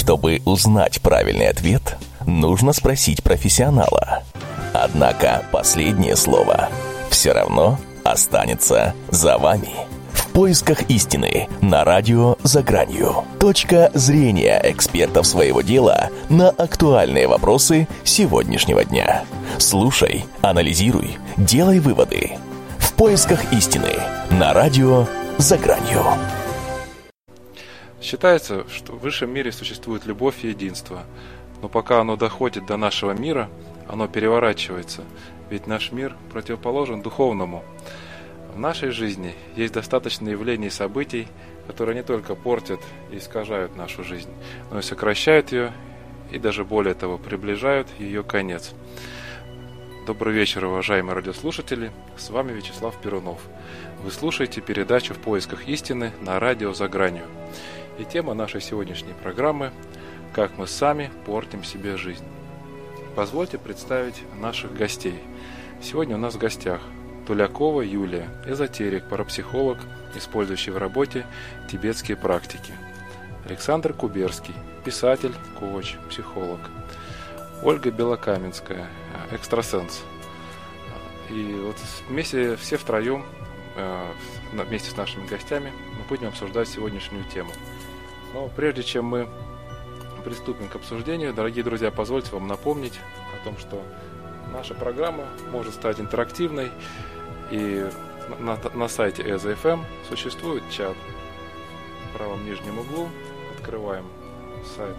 Чтобы узнать правильный ответ, нужно спросить профессионала. Однако последнее слово все равно останется за вами. В поисках истины на радио «За гранью». Точка зрения экспертов своего дела на актуальные вопросы сегодняшнего дня. Слушай, анализируй, делай выводы. В поисках истины на радио «За гранью». Считается, что в высшем мире существует любовь и единство. Но пока оно доходит до нашего мира, оно переворачивается. Ведь наш мир противоположен духовному. В нашей жизни есть достаточно явлений и событий, которые не только портят и искажают нашу жизнь, но и сокращают ее, и даже более того, приближают ее конец. Добрый вечер, уважаемые радиослушатели, с вами Вячеслав Перунов. Вы слушаете передачу «В поисках истины» на радио «За гранью». И тема нашей сегодняшней программы – «Как мы сами портим себе жизнь». Позвольте представить наших гостей. Сегодня у нас в гостях Тулякова Юлия, эзотерик, парапсихолог, использующий в работе тибетские практики. Александр Куберский, писатель, коуч, психолог. Ольга Белокаменская, экстрасенс. И вот вместе, все втроем, вместе с нашими гостями, мы будем обсуждать сегодняшнюю тему. Но прежде чем мы приступим к обсуждению, дорогие друзья, позвольте вам напомнить о том, что наша программа может стать интерактивной, и на сайте EZA-FM существует чат. В правом нижнем углу открываем сайт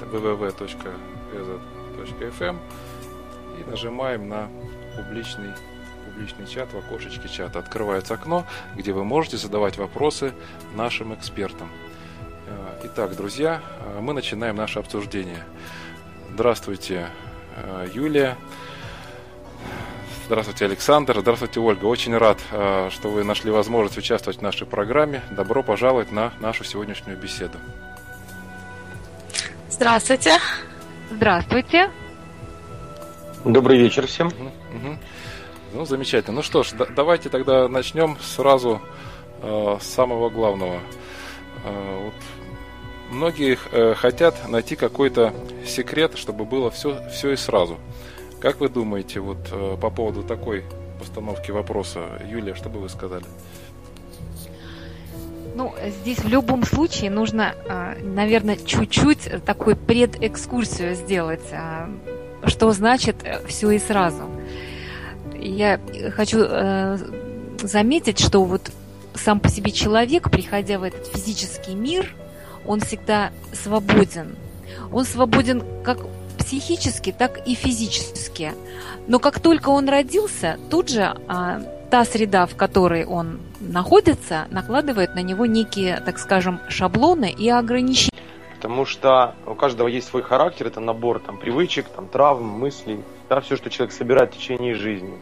www.eza.fm и нажимаем на публичный чат, в окошечке чата. Открывается окно, где вы можете задавать вопросы нашим экспертам. Итак, друзья, мы начинаем наше обсуждение. Здравствуйте, Юлия. Здравствуйте, Александр. Здравствуйте, Ольга. Очень рад, что вы нашли возможность участвовать в нашей программе. Добро пожаловать на нашу сегодняшнюю беседу. Здравствуйте. Здравствуйте. Добрый вечер всем. Ну, замечательно. Ну что ж, давайте тогда начнем сразу с самого главного. Вот многие хотят найти какой-то секрет, чтобы было все и сразу. Как вы думаете, вот по поводу такой постановки вопроса, Юлия, что бы вы сказали? Ну, здесь в любом случае нужно, наверное, чуть-чуть такую предэкскурсию сделать, что значит все и сразу. Я хочу заметить, что вот сам по себе человек, приходя в этот физический мир, он всегда свободен. Он свободен как психически, так и физически. Но как только он родился, тут же та среда, в которой он находится, накладывает на него некие, так скажем, шаблоны и ограничения. Потому что у каждого есть свой характер, это набор привычек, травм, мыслей, все, что человек собирает в течение жизни.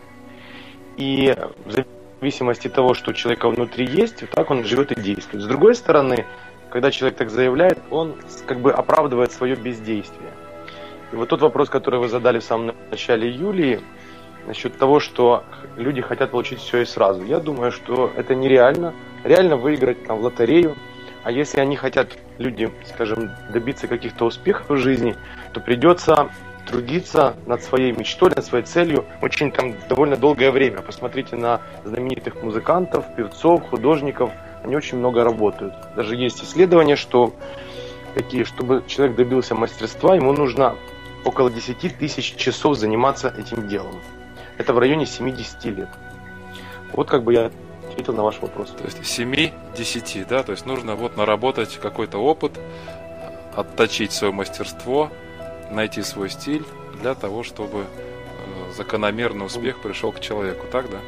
И в зависимости от того, что у человека внутри есть, так он живет и действует. С другой стороны, когда человек так заявляет, он оправдывает свое бездействие. И вот тот вопрос, который вы задали в самом начале Юлии, насчет того, что люди хотят получить все и сразу. Я думаю, что это нереально. Реально выиграть в лотерею. А если они хотят, люди, скажем, добиться каких-то успехов в жизни, то придется трудиться над своей мечтой, над своей целью очень довольно долгое время. Посмотрите на знаменитых музыкантов, певцов, художников. Они очень много работают. Даже есть исследования, что чтобы человек добился мастерства, ему нужно около 10 тысяч часов заниматься этим делом. Это в районе 70 лет. Вот я ответил на ваш вопрос. То есть 7-10, да? То есть нужно наработать какой-то опыт, отточить свое мастерство, найти свой стиль для того, чтобы закономерный успех пришел к человеку, так, да?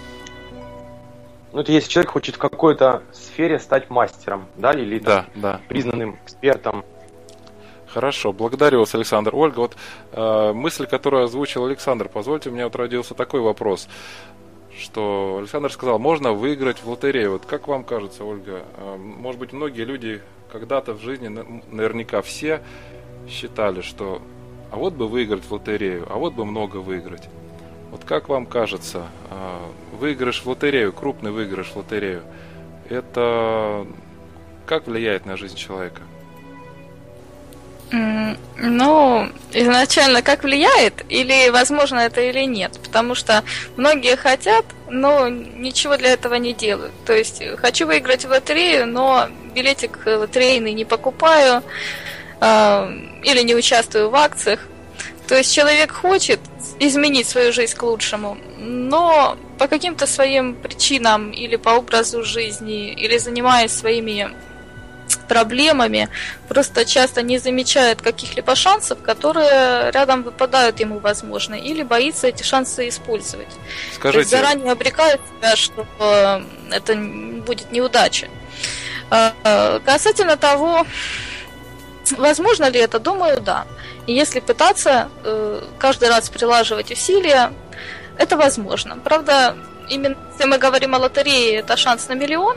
Ну, это если человек хочет в какой-то сфере стать мастером, да, или признанным экспертом. Хорошо, благодарю вас, Александр. Ольга, мысль, которую озвучил Александр, позвольте, у меня родился такой вопрос, что Александр сказал, можно выиграть в лотерею. Как вам кажется, Ольга, может быть, многие люди когда-то в жизни, наверняка все, считали, что а вот бы выиграть в лотерею, а вот бы много выиграть. Вот как вам кажется, выигрыш в лотерею, крупный выигрыш в лотерею, это как влияет на жизнь человека? Ну, изначально как влияет, или возможно это или нет, потому что многие хотят, но ничего для этого не делают. То есть хочу выиграть в лотерею, но билетик лотерейный не покупаю или не участвую в акциях. То есть человек хочет изменить свою жизнь к лучшему, но по каким-то своим причинам или по образу жизни, или занимаясь своими проблемами, просто часто не замечает каких-либо шансов, которые рядом выпадают ему, возможно, или боится эти шансы использовать. Скажите... То есть заранее обрекает себя, что это будет неудача. Касательно того, возможно ли это, думаю, да. И если пытаться каждый раз прилаживать усилия, это возможно. Правда, именно если мы говорим о лотерее, это шанс на миллион,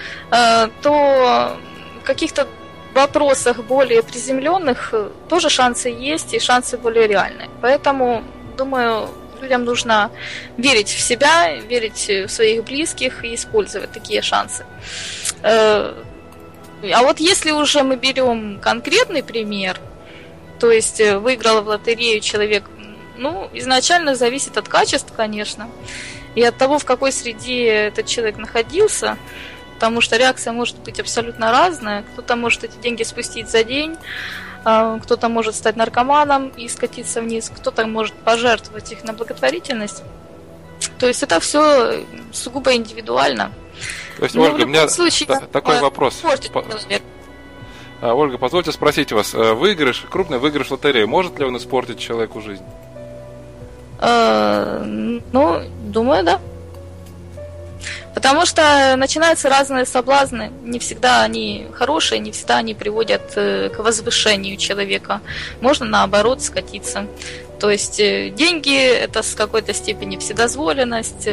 то в каких-то вопросах более приземленных тоже шансы есть, и шансы более реальные. Поэтому, думаю, людям нужно верить в себя, верить в своих близких и использовать такие шансы. А вот если уже мы берем конкретный пример, то есть выиграл в лотерею человек, ну, изначально зависит от качеств, конечно, и от того, в какой среде этот человек находился, потому что реакция может быть абсолютно разная. Кто-то может эти деньги спустить за день, кто-то может стать наркоманом и скатиться вниз, кто-то может пожертвовать их на благотворительность. То есть это все сугубо индивидуально. То есть, Ольга, у меня такой вопрос. Ольга, позвольте спросить вас, крупный выигрыш в лотерею, может ли он испортить человеку жизнь? Ну, думаю, да. Потому что начинаются разные соблазны. Не всегда они хорошие, не всегда они приводят к возвышению человека. Можно, наоборот, скатиться. То есть деньги – это с какой-то степени вседозволенность.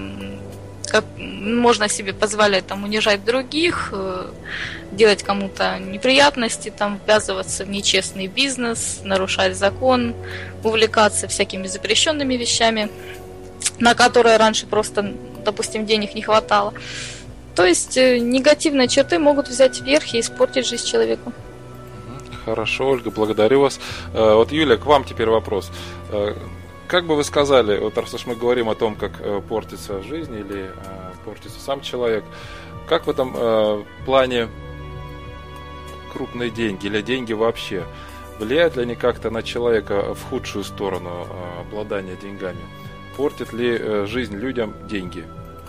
Можно себе позволять там, унижать других, делать кому-то неприятности, там, ввязываться в нечестный бизнес, нарушать закон, увлекаться всякими запрещенными вещами, на которые раньше просто, допустим, денег не хватало. То есть негативные черты могут взять верх и испортить жизнь человеку. Хорошо, Ольга, благодарю вас. Вот, Юлия, к вам теперь вопрос. Как бы вы сказали, вот раз уж мы говорим о том, как портится жизнь или портится сам человек, как в этом плане крупные деньги или деньги вообще, влияют ли они как-то на человека в худшую сторону обладания деньгами? Портит ли жизнь людям деньги?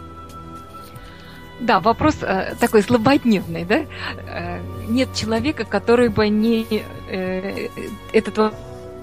Да, вопрос такой злободневный, да? Нет человека, который бы не этот вопрос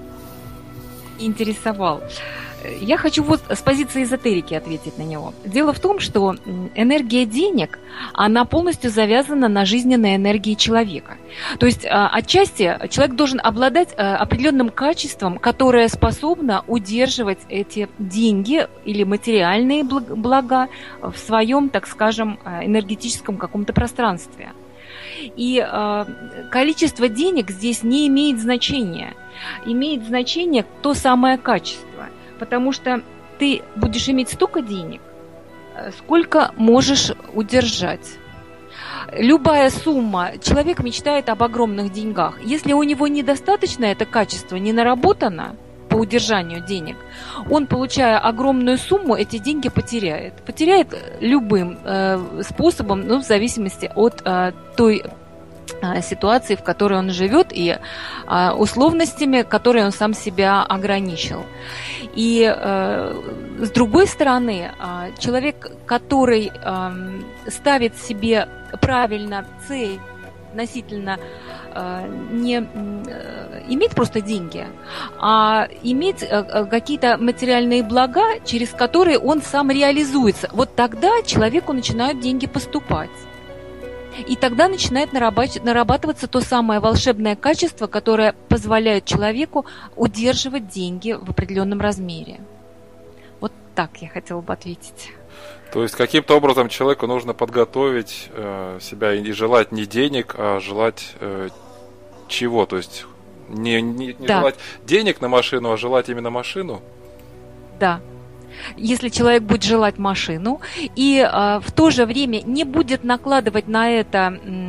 интересовал. Я хочу вот с позиции эзотерики ответить на него. Дело в том, что энергия денег, она полностью завязана на жизненной энергии человека. То есть отчасти человек должен обладать определенным качеством, которое способно удерживать эти деньги или материальные блага в своем, так скажем, энергетическом каком-то пространстве. И количество денег здесь не имеет значения. Имеет значение то самое качество. Потому что ты будешь иметь столько денег, сколько можешь удержать. Любая сумма, человек мечтает об огромных деньгах. Если у него недостаточно это качество, не наработано по удержанию денег, он, получая огромную сумму, эти деньги потеряет. Потеряет любым способом, ну, в зависимости от той ситуации, в которой он живет, и условностями, которые он сам себя ограничил. И с другой стороны, человек, который ставит себе правильно цель относительно не иметь просто деньги, а иметь какие-то материальные блага, через которые он сам реализуется. Вот тогда человеку начинают деньги поступать. И тогда начинает нарабатываться то самое волшебное качество, которое позволяет человеку удерживать деньги в определенном размере. Вот так я хотела бы ответить. То есть каким-то образом человеку нужно подготовить себя и желать не денег, а желать чего? То есть не да. Желать денег на машину, а желать именно машину? Да. Если человек будет желать машину и в то же время не будет накладывать на это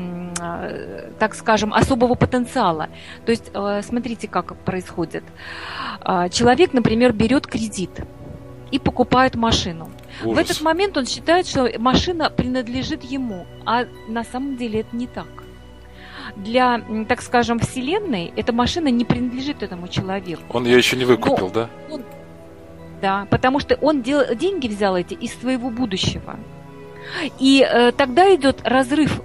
так скажем, особого потенциала. То есть, смотрите, как происходит. Человек, например, берет кредит и покупает машину. Ужас. В этот момент он считает, что машина принадлежит ему, а на самом деле это не так. Для, так скажем, Вселенной эта машина не принадлежит этому человеку. Он ее еще не выкупил, да? Да, потому что он деньги взял эти из своего будущего. И тогда идет разрыв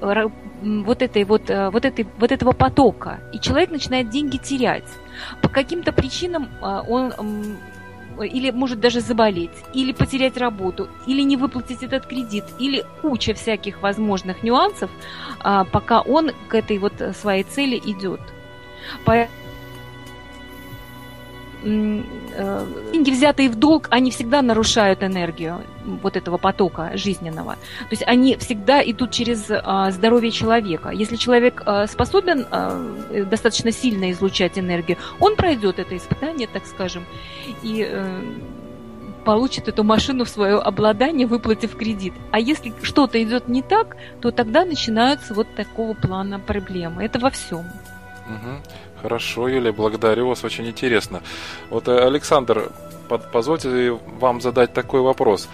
этого потока, и человек начинает деньги терять. По каким-то причинам он или может даже заболеть, или потерять работу, или не выплатить этот кредит, или куча всяких возможных нюансов, пока он к этой вот своей цели идет. Деньги, взятые в долг, они всегда нарушают энергию вот этого потока жизненного. То есть они всегда идут через здоровье человека. Если человек способен достаточно сильно излучать энергию, он пройдет это испытание, так скажем, и получит эту машину в свое обладание, выплатив кредит. А если что-то идет не так, то тогда начинаются вот такого плана проблемы. Это во всем. Хорошо, Юлия, благодарю вас, очень интересно. Вот, Александр, позвольте вам задать такой вопрос.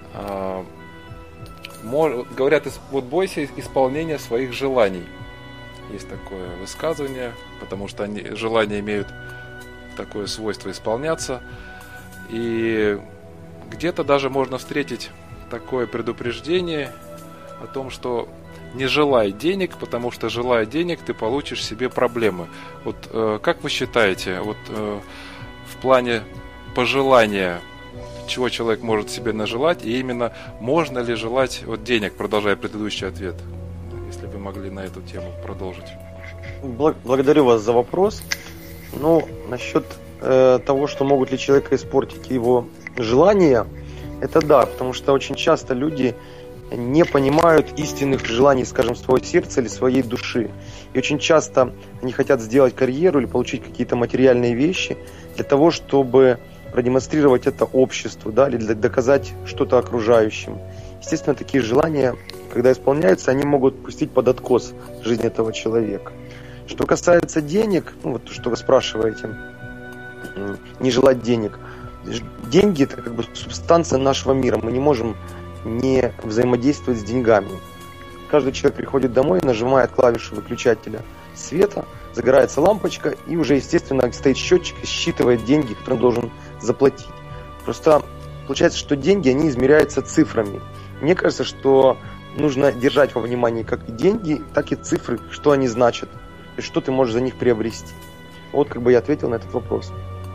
Говорят, вот бойся исполнения своих желаний. Есть такое высказывание, потому что желания имеют такое свойство исполняться. И где-то даже можно встретить такое предупреждение о том, что не желай денег, потому что, желая денег, ты получишь себе проблемы. Вот как вы считаете, вот в плане пожелания, чего человек может себе нажелать, и именно можно ли желать вот денег, продолжая предыдущий ответ, если вы могли на эту тему продолжить? Благодарю вас за вопрос. Ну, насчет того, что могут ли человека испортить его желания, это да, потому что очень часто люди не понимают истинных желаний, скажем, своего сердца или своей души. И очень часто они хотят сделать карьеру или получить какие-то материальные вещи для того, чтобы продемонстрировать это обществу, да, или доказать что-то окружающим. Естественно, такие желания, когда исполняются, они могут пустить под откос жизнь этого человека. Что касается денег, ну вот что вы спрашиваете, не желать денег. Деньги – это как бы субстанция нашего мира. Мы не можем не взаимодействовать с деньгами. Каждый человек приходит домой, нажимает клавишу выключателя света, загорается лампочка, и уже, естественно, стоит счетчик и считывает деньги, которые он должен заплатить. Просто получается, что деньги, они измеряются цифрами. Мне кажется, что нужно держать во внимании как и деньги, так и цифры, что они значат, и что ты можешь за них приобрести. Вот как бы я ответил на этот вопрос.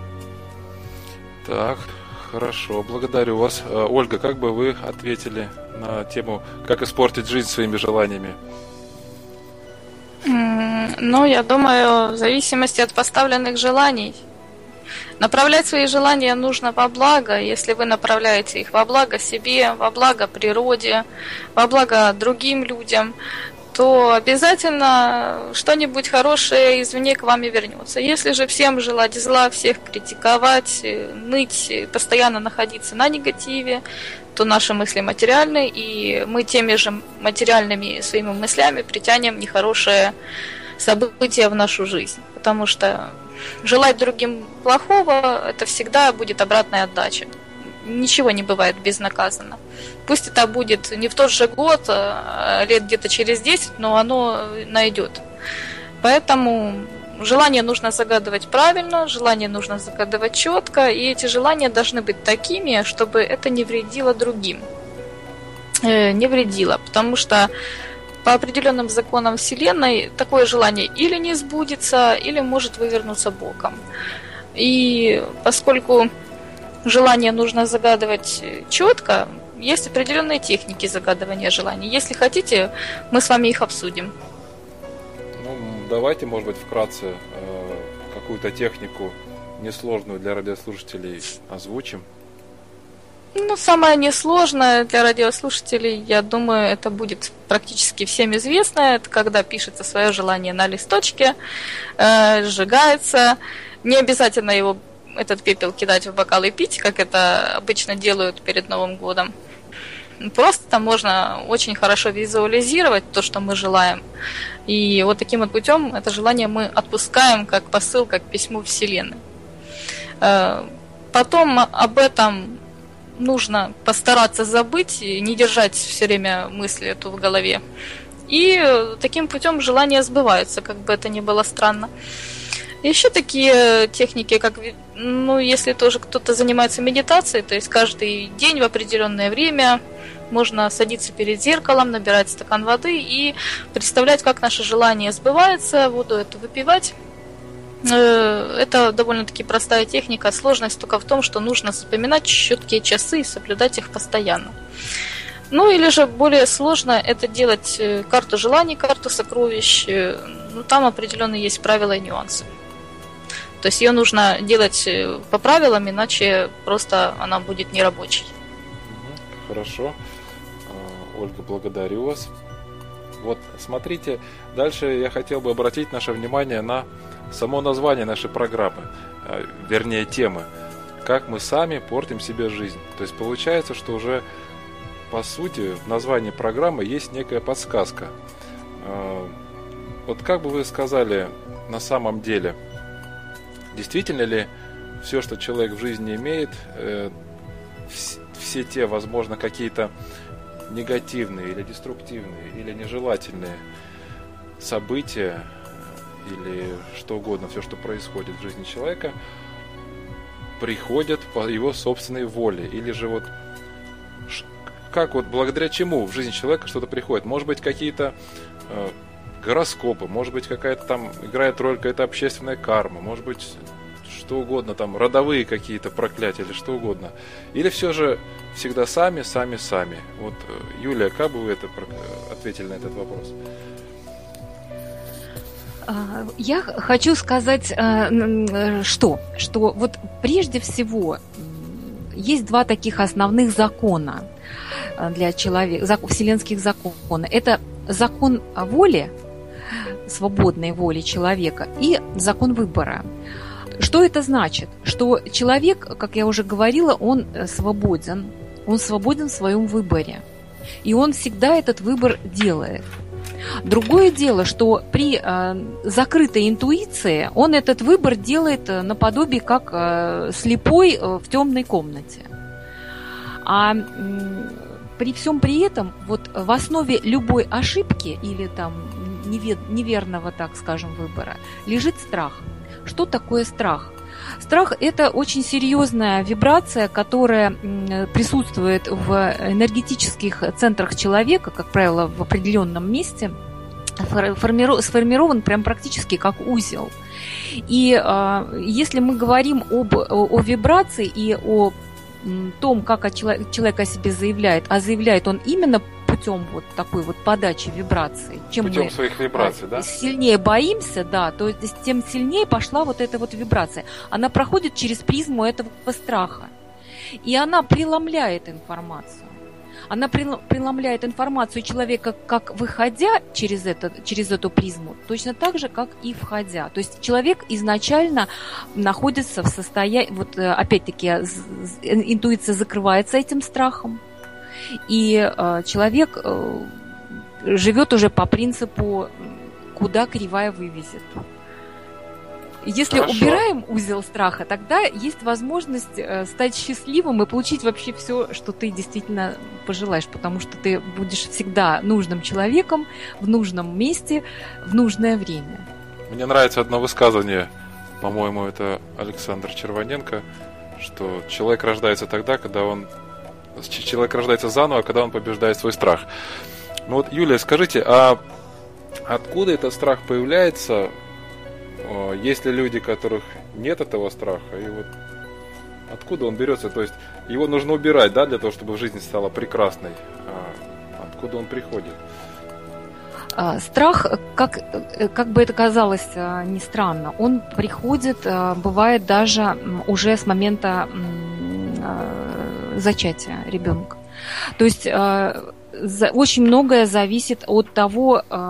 Так, хорошо, благодарю вас. Ольга, как бы вы ответили на тему, как испортить жизнь своими желаниями? Ну, я думаю, в зависимости от поставленных желаний. Направлять свои желания нужно во благо. Если вы направляете их во благо себе, во благо природе, во благо другим людям, то обязательно что-нибудь хорошее извне к вам и вернется. Если же всем желать зла, всех критиковать, ныть, постоянно находиться на негативе, то наши мысли материальны, и мы теми же материальными своими мыслями притянем нехорошее событие в нашу жизнь. Потому что желать другим плохого, это всегда будет обратная отдача. Ничего не бывает безнаказанно. Пусть это будет не в тот же год, а лет где-то через 10, но оно найдет. Поэтому желания нужно загадывать правильно, желания нужно загадывать четко, и эти желания должны быть такими, чтобы это не вредило другим. Не вредило, потому что по определенным законам Вселенной такое желание или не сбудется, или может вывернуться боком. И поскольку желание нужно загадывать четко, есть определенные техники загадывания желаний. Если хотите, мы с вами их обсудим. Ну, давайте, может быть, вкратце какую-то технику несложную для радиослушателей озвучим. Ну, самое несложное для радиослушателей, я думаю, это будет практически всем известно. Это когда пишется свое желание на листочке, сжигается. Не обязательно этот пепел кидать в бокал и пить, как это обычно делают перед Новым годом. Просто можно очень хорошо визуализировать то, что мы желаем. И вот таким вот путем это желание мы отпускаем как посыл, как письмо Вселенной. Потом об этом нужно постараться забыть и не держать все время мысли эту в голове. И таким путем желания сбываются, как бы это ни было странно. Еще такие техники, как, если тоже кто-то занимается медитацией, то есть каждый день в определенное время можно садиться перед зеркалом, набирать стакан воды и представлять, как наше желание сбывается, воду эту выпивать. Это довольно-таки простая техника. Сложность только в том, что нужно запоминать четкие часы и соблюдать их постоянно. Или же более сложно это делать карту желаний, карту сокровищ. Там определенные есть правила и нюансы. То есть ее нужно делать по правилам, иначе просто она будет нерабочей. Хорошо. Ольга, благодарю вас. Вот, смотрите, дальше я хотел бы обратить наше внимание на само название нашей программы, вернее темы. Как мы сами портим себе жизнь. То есть получается, что уже по сути в названии программы есть некая подсказка. Вот как бы вы сказали, на самом деле, действительно ли все, что человек в жизни имеет, все те, возможно, какие-то негативные или деструктивные, или нежелательные события, или что угодно, все, что происходит в жизни человека, приходят по его собственной воле? Или же вот как вот благодаря чему в жизнь человека что-то приходит? Может быть, какие-то гороскопы, может быть, какая-то там играет роль какая-то общественная карма, может быть, что угодно, там родовые какие-то проклятия или что угодно. Или все же всегда сами. Вот, Юлия, как бы вы ответили на этот вопрос? Я хочу сказать, что вот прежде всего есть два таких основных закона для человека, вселенских закона. Это закон воли, свободной воли человека, и закон выбора. Что это значит? Что человек, как я уже говорила, он свободен в своем выборе. И он всегда этот выбор делает. Другое дело, что при закрытой интуиции он этот выбор делает наподобие как слепой в темной комнате. А при всем при этом вот в основе любой ошибки или там неверного, так скажем, выбора лежит страх. Что такое страх? Страх – это очень серьезная вибрация, которая присутствует в энергетических центрах человека, как правило, в определенном месте, сформирован прям практически как узел. И если мы говорим о вибрации и о том, как человек о себе заявляет, а заявляет он именно путем вот такой вот подачи вибраций. Чем путем мы своих вибраций, да? Сильнее боимся, да, то есть тем сильнее пошла вот эта вот вибрация. Она проходит через призму этого страха. И она преломляет информацию. Она преломляет информацию человека, как выходя через эту призму, точно так же, как и входя. То есть человек изначально находится в состоянии, вот опять-таки интуиция закрывается этим страхом, и человек живет уже по принципу, куда кривая вывезет. Если убираем узел страха, тогда есть возможность стать счастливым и получить вообще все, что ты действительно пожелаешь, потому что ты будешь всегда нужным человеком в нужном месте в нужное время. Мне нравится одно высказывание, по-моему, это Александр Червоненко, что человек рождается тогда, человек рождается заново, когда он побеждает свой страх. Ну вот, Юлия, скажите, а откуда этот страх появляется? Есть ли люди, у которых нет этого страха? И вот откуда он берется? То есть его нужно убирать, да, для того, чтобы жизнь стала прекрасной. Откуда он приходит? Страх, как бы это казалось не странно, он приходит, бывает даже уже с момента зачатия ребенка. То есть очень многое зависит от того,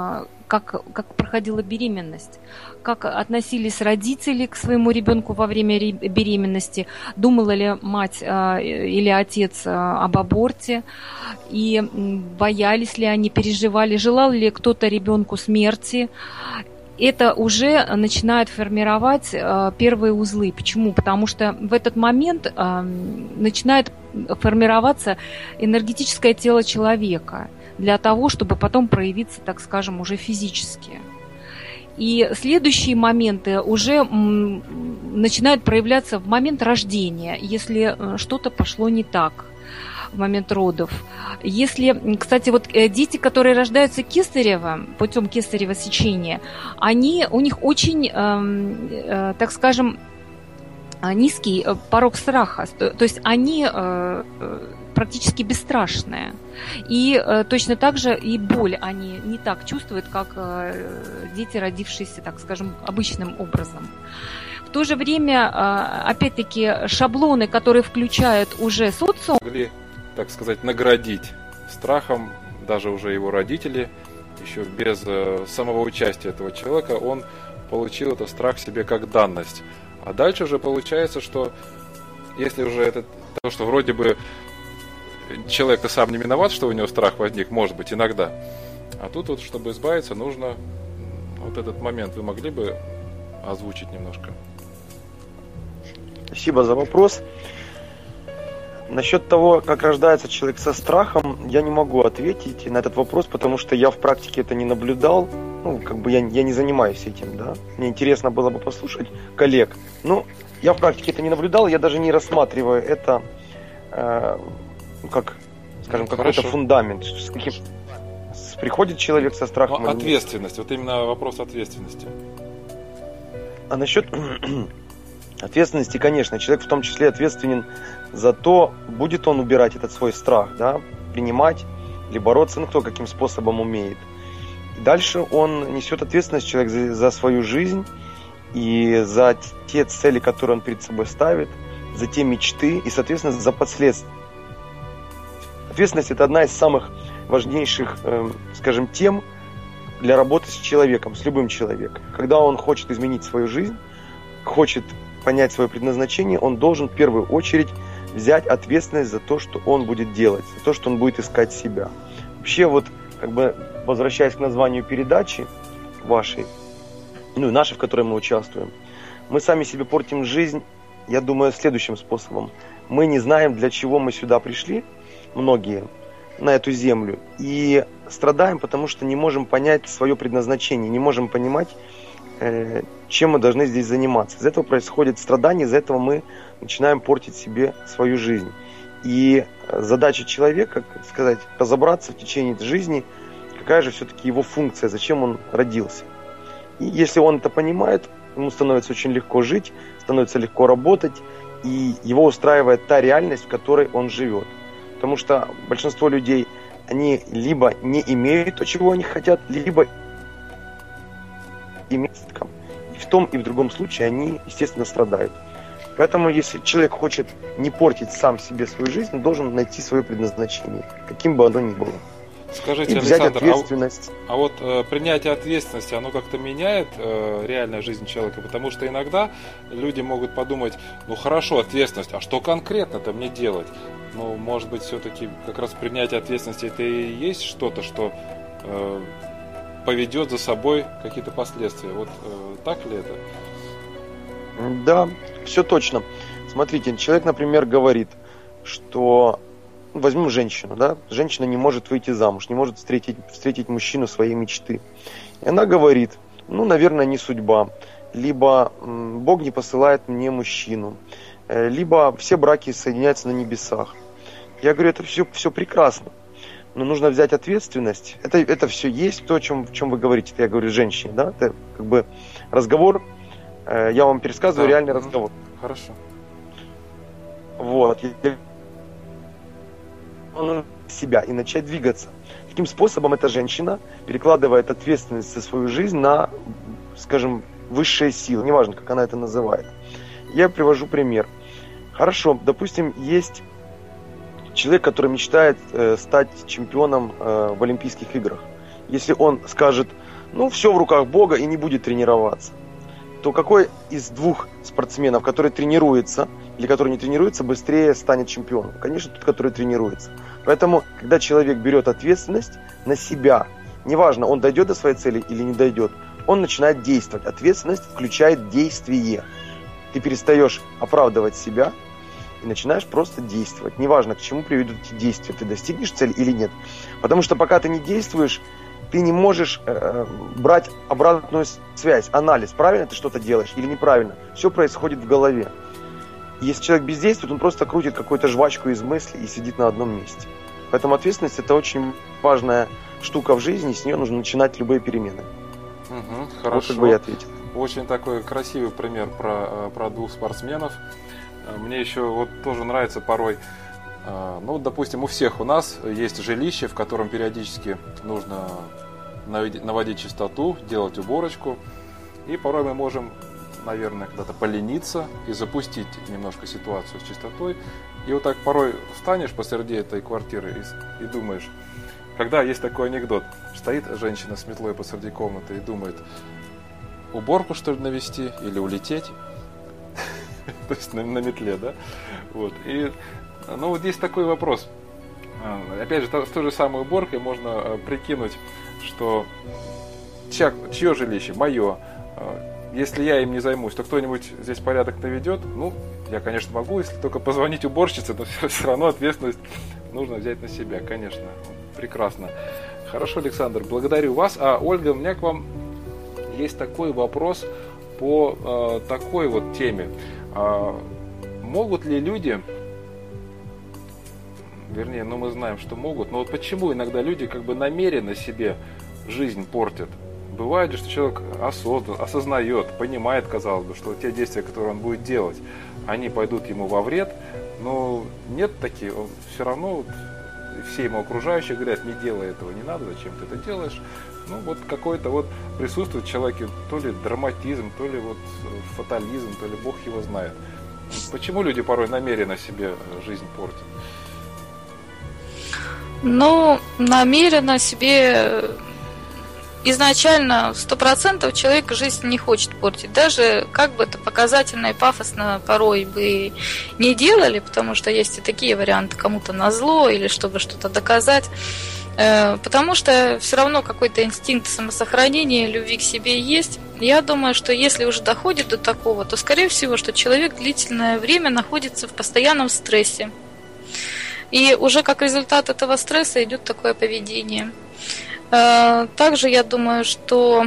как проходила беременность, как относились родители к своему ребенку во время беременности, думала ли мать или отец об аборте, и боялись ли они, переживали, желал ли кто-то ребенку смерти. Это уже начинает формировать первые узлы. Почему? Потому что в этот момент начинает формироваться энергетическое тело человека для того, чтобы потом проявиться, так скажем, уже физически. И следующие моменты уже начинают проявляться в момент рождения, если что-то пошло не так в момент родов. Если, кстати, вот дети, которые рождаются кесаревым, путем кесарево сечения, у них очень, так скажем, низкий порог страха. То есть они практически бесстрашные. И точно так же и боль они не так чувствуют, как дети, родившиеся, так скажем, обычным образом. В то же время, опять-таки, шаблоны, которые включают уже социум, могли, так сказать, наградить страхом даже уже его родители, еще без самого участия этого человека, он получил этот страх себе как данность. А дальше уже получается, что если уже это то, что вроде бы человек-то сам не виноват, что у него страх возник, может быть, иногда. А тут вот, чтобы избавиться, нужно вот этот момент. Вы могли бы озвучить немножко? Спасибо за вопрос. Насчет того, как рождается человек со страхом, я не могу ответить на этот вопрос, потому что я в практике это не наблюдал. Я не занимаюсь этим, да. Мне интересно было бы послушать коллег. Я в практике это не наблюдал, я даже не рассматриваю это как, скажем, какой-то фундамент. Приходит человек со страхом. Ответственность, вот именно вопрос ответственности. А насчет ответственности, конечно, человек в том числе ответственен за то, будет он убирать этот свой страх, да, принимать или бороться, кто каким способом умеет. И дальше он несет ответственность, человек, за свою жизнь и за те цели, которые он перед собой ставит, за те мечты и, соответственно, за последствия. Ответственность – это одна из самых важнейших, скажем, тем для работы с человеком, с любым человеком. Когда он хочет изменить свою жизнь, хочет понять свое предназначение, он должен в первую очередь взять ответственность за то, что он будет делать, за то, что он будет искать себя. Вообще, возвращаясь к названию передачи вашей, и нашей, в которой мы участвуем, мы сами себе портим жизнь, я думаю, следующим способом. Мы не знаем, для чего мы сюда пришли, многие, на эту землю, и страдаем, потому что не можем понять свое предназначение, не можем понимать, чем мы должны здесь заниматься. Из этого происходит страдание, из-за этого мы начинаем портить себе свою жизнь. И задача человека, разобраться в течение жизни, какая же все-таки его функция, зачем он родился. И если он это понимает, ему становится очень легко жить, становится легко работать, и его устраивает та реальность, в которой он живет. Потому что большинство людей, они либо не имеют то, чего они хотят, либо имеют. И в том и в другом случае они, естественно, страдают. Поэтому, если человек хочет не портить сам себе свою жизнь, он должен найти свое предназначение, каким бы оно ни было. Скажите, и взять Александр, ответственность. А вот принятие ответственности, оно как-то меняет реальную жизнь человека? Потому что иногда люди могут подумать, хорошо, ответственность, а что конкретно-то мне делать? Может быть, все-таки как раз принятие ответственности это и есть что-то, что поведет за собой какие-то последствия. Вот так ли это? Да, все точно. Смотрите, человек, например, говорит, что возьмем женщину, да? Женщина не может выйти замуж, не может встретить мужчину своей мечты. И она говорит, наверное, не судьба. Либо Бог не посылает мне мужчину. Либо все браки соединяются на небесах. Я говорю, это все прекрасно. Но нужно взять ответственность. Это все есть то, о чем вы говорите. Это я говорю женщине, да? Это разговор. Я вам пересказываю реальный разговор. Хорошо. Вот. Себя и начать двигаться. Таким способом эта женщина перекладывает ответственность за свою жизнь на, скажем, высшие силы. Неважно, как она это называет. Я привожу пример. Хорошо, допустим, есть человек, который мечтает стать чемпионом в Олимпийских играх. Если он скажет, все в руках Бога и не будет тренироваться, то какой из двух спортсменов, который тренируется или который не тренируется, быстрее станет чемпионом? Конечно, тот, который тренируется. Поэтому, когда человек берет ответственность на себя, неважно, он дойдет до своей цели или не дойдет, он начинает действовать. Ответственность включает действие. Ты перестаешь оправдывать себя и начинаешь просто действовать. Неважно, к чему приведут эти действия, ты достигнешь цели или нет. Потому что пока ты не действуешь, ты не можешь брать обратную связь, анализ, правильно ты что-то делаешь или неправильно. Все происходит в голове. Если человек бездействует, он просто крутит какую-то жвачку из мыслей и сидит на одном месте. Поэтому ответственность – это очень важная штука в жизни, с нее нужно начинать любые перемены. Хорошо. Вот как бы я ответил. Очень такой красивый пример про двух спортсменов. Мне еще вот тоже нравится порой, допустим, у всех у нас есть жилище, в котором периодически нужно наводить чистоту, делать уборочку. И порой мы можем, наверное, когда-то полениться и запустить немножко ситуацию с чистотой. И вот так порой встанешь посреди этой квартиры и думаешь, когда есть такой анекдот, стоит женщина с метлой посреди комнаты и думает, уборку что ли навести или улететь? То есть на метле, да? Вот. И, вот здесь такой вопрос. Опять же, с той же самой уборкой можно прикинуть, что чье жилище? Мое. Если я им не займусь, то кто-нибудь здесь порядок наведет? Я, конечно, могу, если только позвонить уборщице, но все равно ответственность нужно взять на себя, конечно. Прекрасно. Хорошо, Александр, благодарю вас. Ольга, у меня к вам есть такой вопрос по такой вот теме. Могут ли люди, вернее, мы знаем, что могут, но вот почему иногда люди как бы намеренно себе жизнь портят? Бывает же, что человек осознает, понимает, казалось бы, что те действия, которые он будет делать, они пойдут ему во вред, но нет таких, он все равно, все ему окружающие говорят, не делай этого, не надо, зачем ты это делаешь. Какой-то присутствует в человеке то ли драматизм, то ли фатализм, то ли Бог его знает. Почему люди порой намеренно себе жизнь портят? Намеренно себе изначально 100% человек жизнь не хочет портить. Даже как бы это показательно и пафосно порой бы не делали, потому что есть и такие варианты, кому-то назло или чтобы что-то доказать. Потому что все равно какой-то инстинкт самосохранения, любви к себе есть. Я думаю, что если уже доходит до такого, то скорее всего, что человек длительное время находится в постоянном стрессе. И уже как результат этого стресса идет такое поведение. Также я думаю, что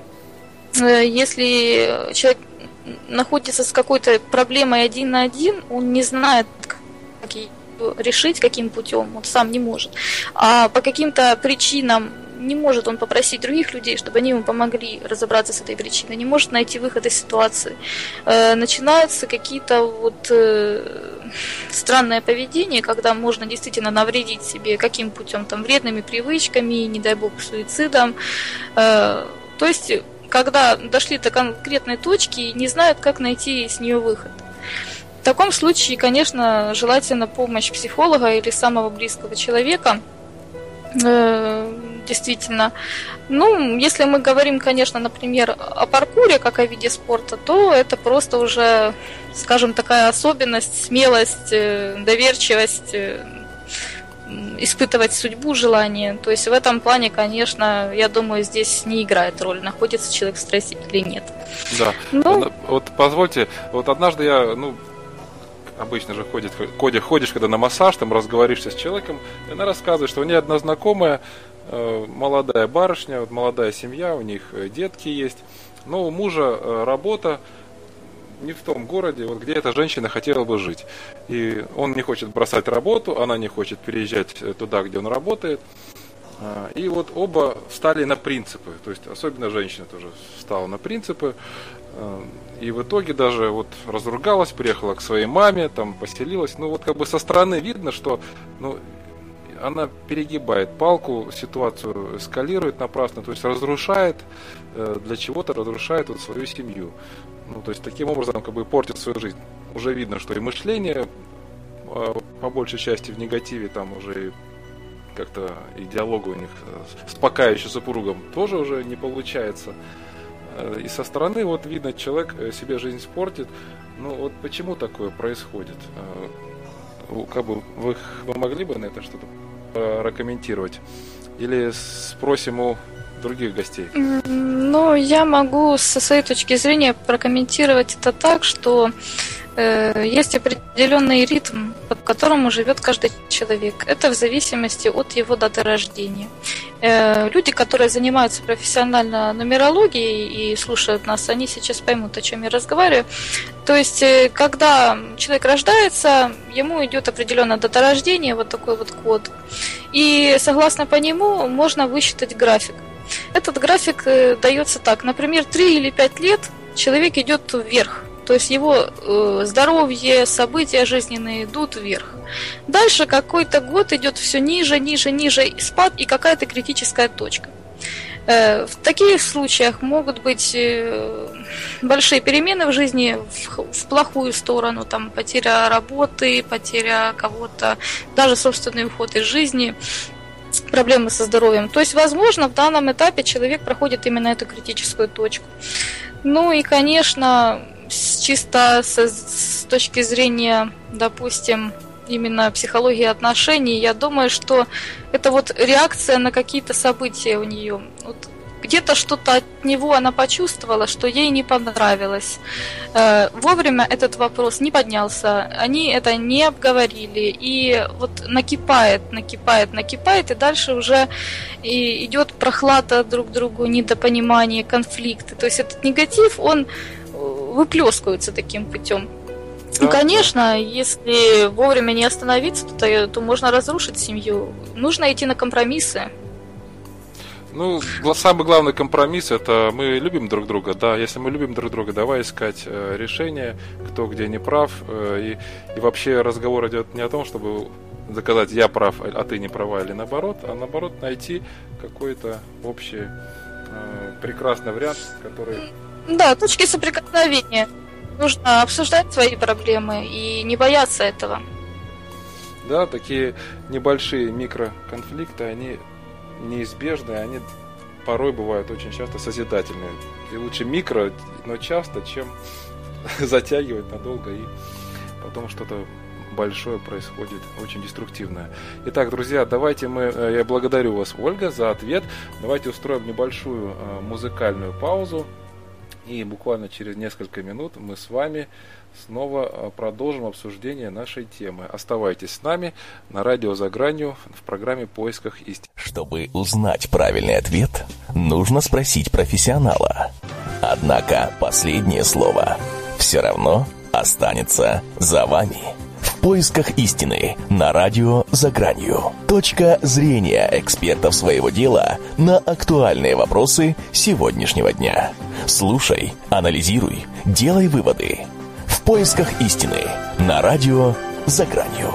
если человек находится с какой-то проблемой один на один, он не знает, как ее решить, каким путем, он сам не может. А по каким-то причинам не может он попросить других людей, чтобы они ему помогли разобраться с этой причиной, не может найти выход из ситуации. Начинаются какие-то странное поведение, когда можно действительно навредить себе каким путем, вредными привычками, не дай бог, суицидом. То есть, когда дошли до конкретной точки и не знают, как найти с нее выход. В таком случае, конечно, желательно помощь психолога или самого близкого человека. Действительно. Если мы говорим, конечно, например, о паркуре, как о виде спорта, то это просто уже, скажем, такая особенность, смелость, доверчивость, испытывать судьбу, желание. То есть в этом плане, конечно, я думаю, здесь не играет роль, находится человек в стрессе или нет. Да. Позвольте, однажды я, обычно же ходишь, когда на массаж, разговоришься с человеком, и она рассказывает, что у нее одна знакомая, молодая барышня, молодая семья, у них детки есть, но у мужа работа не в том городе, где эта женщина хотела бы жить. И он не хочет бросать работу, она не хочет переезжать туда, где он работает. И оба встали на принципы, то есть особенно женщина тоже встала на принципы. И в итоге даже разругалась, приехала к своей маме, поселилась. Со стороны видно, что она перегибает палку, ситуацию эскалирует напрасно, то есть разрушает, для чего-то разрушает свою семью. То есть таким образом портит свою жизнь. Уже видно, что и мышление по большей части в негативе, уже как-то и диалога у них с покающим супругом тоже уже не получается. И со стороны вот видно, человек себе жизнь испортит. Ну вот почему такое происходит? Как бы вы могли бы на это что-то прокомментировать? Или спросим у других гостей? Ну, я могу со своей точки зрения прокомментировать это так, что есть определенный ритм, по которому живет каждый человек. Это в зависимости от его даты рождения. Люди, которые занимаются профессионально нумерологией и слушают нас, они сейчас поймут, о чем я разговариваю. То есть, когда человек рождается, ему идет определенная дата рождения, вот такой вот код. И согласно по нему можно высчитать график. Этот график дается так. Например, 3 или 5 лет человек идет вверх. То есть его здоровье, события жизненные идут вверх. Дальше какой-то год идет все ниже, ниже, ниже спад и какая-то критическая точка. В таких случаях могут быть большие перемены в жизни в плохую сторону, там потеря работы, потеря кого-то, даже собственный уход из жизни, проблемы со здоровьем. То есть, возможно, в данном этапе человек проходит именно эту критическую точку. Ну и, конечно, чисто с точки зрения, допустим, именно психологии отношений, я думаю, что это вот реакция на какие-то события у нее. Вот где-то что-то от него она почувствовала, что ей не понравилось. Вовремя этот вопрос не поднялся, они это не обговорили, и вот накипает, и дальше уже и идет прохлада друг к другу, недопонимание, конфликты. То есть этот негатив, он выплескивается таким путем. Да, ну, конечно, если вовремя не остановиться, то можно разрушить семью. Нужно идти на компромиссы. Ну, самый главный компромисс — это мы любим друг друга, да. Если мы любим друг друга, давай искать решение, кто где не прав. И вообще разговор идет не о том, чтобы доказать, я прав, а ты не права, или наоборот, а наоборот найти какой-то общий прекрасный вариант, который... Да, точки соприкосновения. Нужно обсуждать свои проблемы и не бояться этого. Да, такие небольшие микроконфликты, они неизбежны, они порой бывают очень часто созидательные. И лучше микро, но часто, чем затягивать надолго и потом что-то большое происходит, очень деструктивное. Итак, друзья, давайте я благодарю вас, Ольга, за ответ. Давайте устроим небольшую музыкальную паузу. И буквально через несколько минут мы с вами снова продолжим обсуждение нашей темы. Оставайтесь с нами на радио «За гранью» в программе «Поисках истины». Чтобы узнать правильный ответ, нужно спросить профессионала. Однако последнее слово все равно останется за вами. В поисках истины на радио «За гранью». Точка зрения экспертов своего дела на актуальные вопросы сегодняшнего дня. Слушай, анализируй, делай выводы. В поисках истины на радио «За гранью».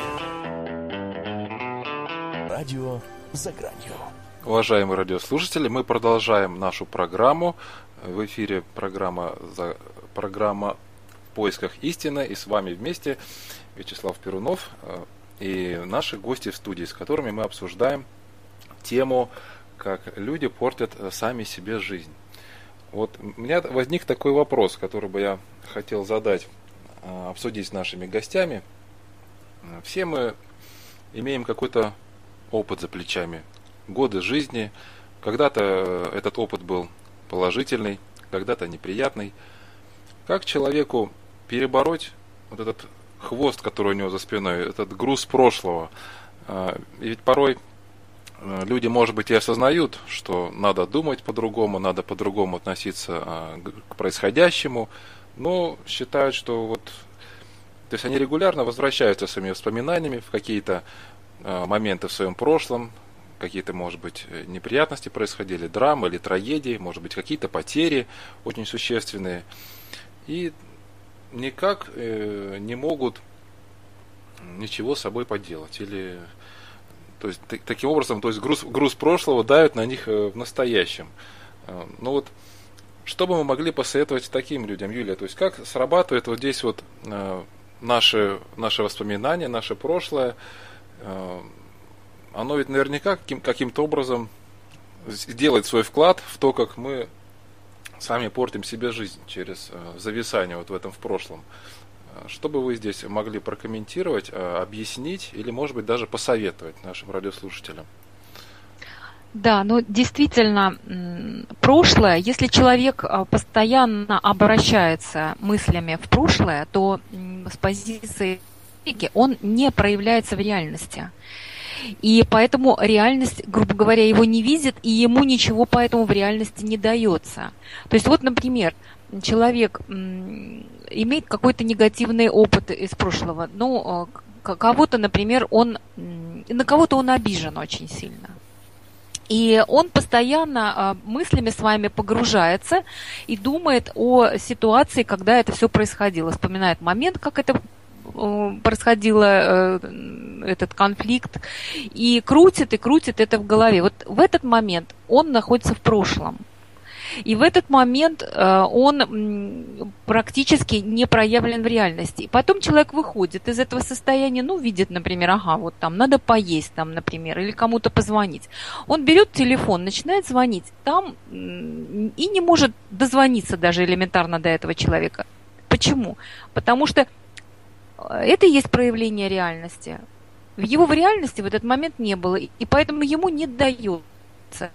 Радио «За гранью». Уважаемые радиослушатели, мы продолжаем нашу программу. В эфире программа «В поисках истины». И с вами вместе Вячеслав Перунов и наши гости в студии, с которыми мы обсуждаем тему, как люди портят сами себе жизнь. Вот у меня возник такой вопрос, который бы я хотел задать, обсудить с нашими гостями. Все мы имеем какой-то опыт за плечами, годы жизни. Когда-то этот опыт был положительный, когда-то неприятный. Как человеку перебороть вот этот хвост, который у него за спиной, этот груз прошлого? И ведь порой люди, может быть, и осознают, что надо думать по-другому, надо по-другому относиться к происходящему, но считают, что вот... То есть они регулярно возвращаются своими воспоминаниями в какие-то моменты в своем прошлом, какие-то, может быть, неприятности происходили, драмы или трагедии, может быть, какие-то потери очень существенные. И никак не могут ничего с собой поделать. Или, то есть, таким образом, то есть груз прошлого давит на них в настоящем. Ну вот, что бы мы могли посоветовать таким людям, Юлия? То есть, как срабатывает вот здесь вот наши воспоминания, наше прошлое, оно ведь наверняка каким-то образом делает свой вклад в то, как мы сами портим себе жизнь через зависание вот в этом в прошлом. Что бы вы здесь могли прокомментировать, объяснить или, может быть, даже посоветовать нашим радиослушателям? Да, но действительно, прошлое, если человек постоянно обращается мыслями в прошлое, то с позиции он не проявляется в реальности. И поэтому реальность, грубо говоря, его не видит, и ему ничего поэтому в реальности не дается. То есть вот, например, человек имеет какой-то негативный опыт из прошлого. Ну, кого-то, например, на кого-то он обижен очень сильно. И он постоянно мыслями с вами погружается и думает о ситуации, когда это все происходило. Вспоминает момент, как это происходило, этот конфликт, и крутит это в голове. Вот в этот момент он находится в прошлом. И в этот момент он практически не проявлен в реальности. И потом человек выходит из этого состояния, ну, видит, например, ага, вот там надо поесть, там, например, или кому-то позвонить. Он берет телефон, начинает звонить там и не может дозвониться даже элементарно до этого человека. Почему? Потому что это и есть проявление реальности. Его в реальности в этот момент не было, и поэтому ему не дается.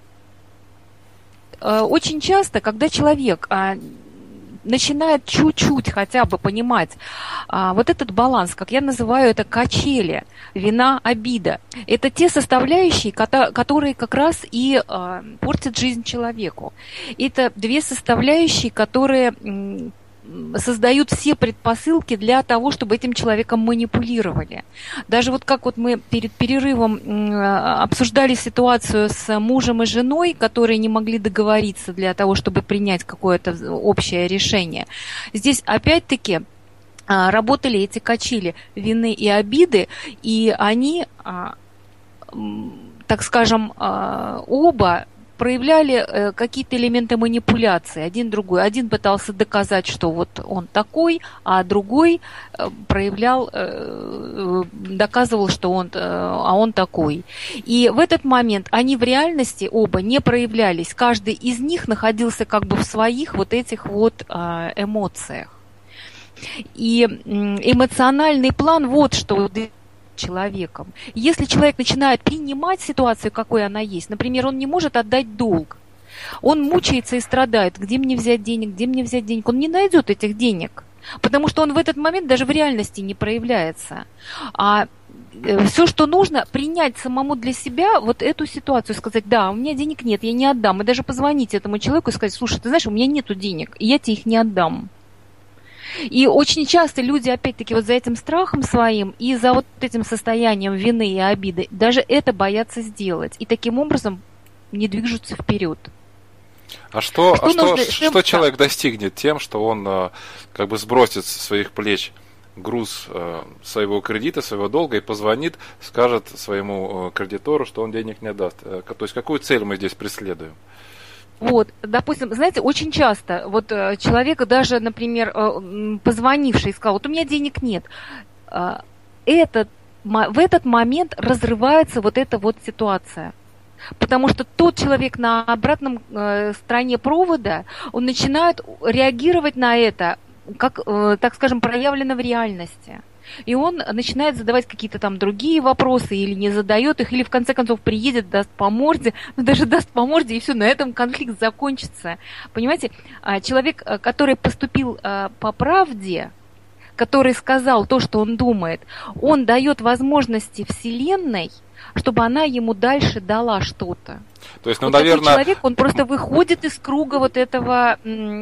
Очень часто, когда человек начинает чуть-чуть хотя бы понимать вот этот баланс, как я называю это качели, вина, обида, это те составляющие, которые как раз и портят жизнь человеку. Это две составляющие, которые создают все предпосылки для того, чтобы этим человеком манипулировали. Даже вот как вот мы перед перерывом обсуждали ситуацию с мужем и женой, которые не могли договориться для того, чтобы принять какое-то общее решение. Здесь опять-таки работали эти качели вины и обиды, и они, так скажем, оба проявляли какие-то элементы манипуляции, один другой. Один пытался доказать, что вот он такой, а другой доказывал, что он такой. И в этот момент они в реальности оба не проявлялись. Каждый из них находился как бы в своих вот этих вот эмоциях. И эмоциональный план вот что человеком. Если человек начинает принимать ситуацию, какой она есть, например, он не может отдать долг, он мучается и страдает, где мне взять денег, он не найдет этих денег, потому что он в этот момент даже в реальности не проявляется. А все, что нужно, принять самому для себя вот эту ситуацию, сказать, да, у меня денег нет, я не отдам, и даже позвонить этому человеку и сказать, слушай, ты знаешь, у меня нету денег, и я тебе их не отдам. И очень часто люди, опять-таки, вот за этим страхом своим и за вот этим состоянием вины и обиды даже это боятся сделать. И таким образом не движутся вперед. Что человек достигнет тем, что он как бы сбросит со своих плеч груз своего кредита, своего долга и позвонит, скажет своему кредитору, что он денег не отдаст? То есть какую цель мы здесь преследуем? Вот, допустим, знаете, очень часто вот человек даже, например, позвонивший сказал, вот у меня денег нет, в этот момент разрывается вот эта вот ситуация. Потому что тот человек на обратном стороне провода, он начинает реагировать на это, как, так скажем, проявлено в реальности. И он начинает задавать какие-то там другие вопросы, или не задает их, или в конце концов приедет, даст по морде, но даже даст по морде, и все, на этом конфликт закончится. Понимаете, человек, который поступил по правде, который сказал то, что он думает, он дает возможности Вселенной, чтобы она ему дальше дала что-то. То есть, вот наверное, такой человек, он просто выходит из круга вот этого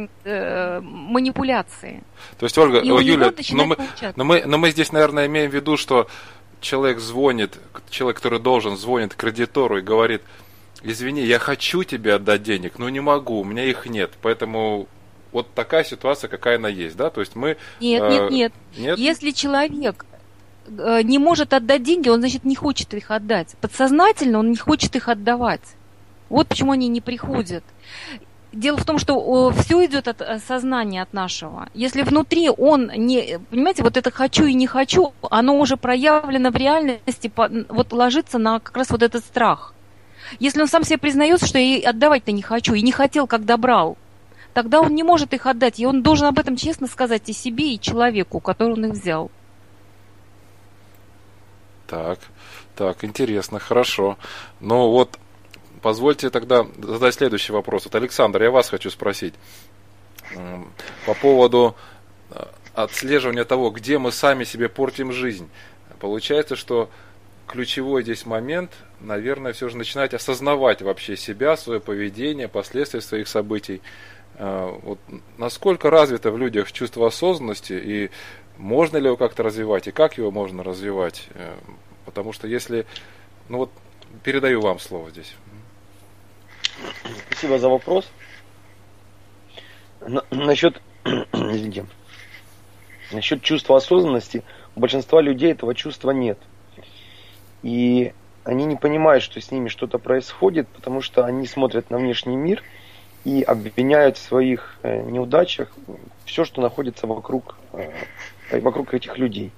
манипуляции. То есть, Ольга, Юля, но мы здесь, наверное, имеем в виду, что человек звонит, человек, который должен, звонит кредитору и говорит, извини, я хочу тебе отдать денег, но не могу, у меня их нет, поэтому вот такая ситуация, какая она есть, да? То есть мы... Нет. Если человек не может отдать деньги, он, значит, не хочет их отдать. Подсознательно он не хочет их отдавать. Вот почему они не приходят. дело в том, что все идет от сознания, от нашего. Если внутри он не... Понимаете, вот это «хочу» и «не хочу», оно уже проявлено в реальности, вот ложится на как раз вот этот страх. Если он сам себе признается, что я и отдавать-то не хочу, и не хотел, когда брал, тогда он не может их отдать, и он должен об этом честно сказать и себе, и человеку, который он их взял. Так, интересно, хорошо. Ну вот, позвольте тогда задать следующий вопрос. Вот, Александр, я вас хочу спросить по поводу отслеживания того, где мы сами себе портим жизнь. Получается, что ключевой здесь момент, наверное, все же начинать осознавать вообще себя, свое поведение, последствия своих событий. Вот насколько развито в людях чувство осознанности, и можно ли его как-то развивать, и как его можно развивать? Потому что если... Ну вот, передаю вам слово здесь. Спасибо за вопрос. Насчет чувства осознанности, у большинства людей этого чувства нет. И они не понимают, что с ними что-то происходит, потому что они смотрят на внешний мир и обвиняют в своих неудачах все, что находится вокруг этих людей.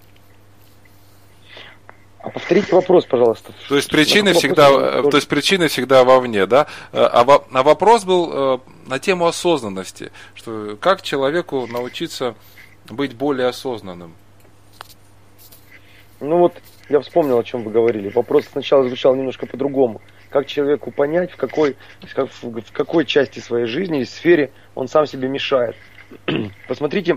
А повторите вопрос, пожалуйста. То есть причины всегда вовне, да? А вопрос был на тему осознанности, что как человеку научиться быть более осознанным? Ну вот, я вспомнил, о чем вы говорили. Вопрос сначала звучал немножко по-другому. Как человеку понять, в какой части своей жизни и сфере он сам себе мешает. Посмотрите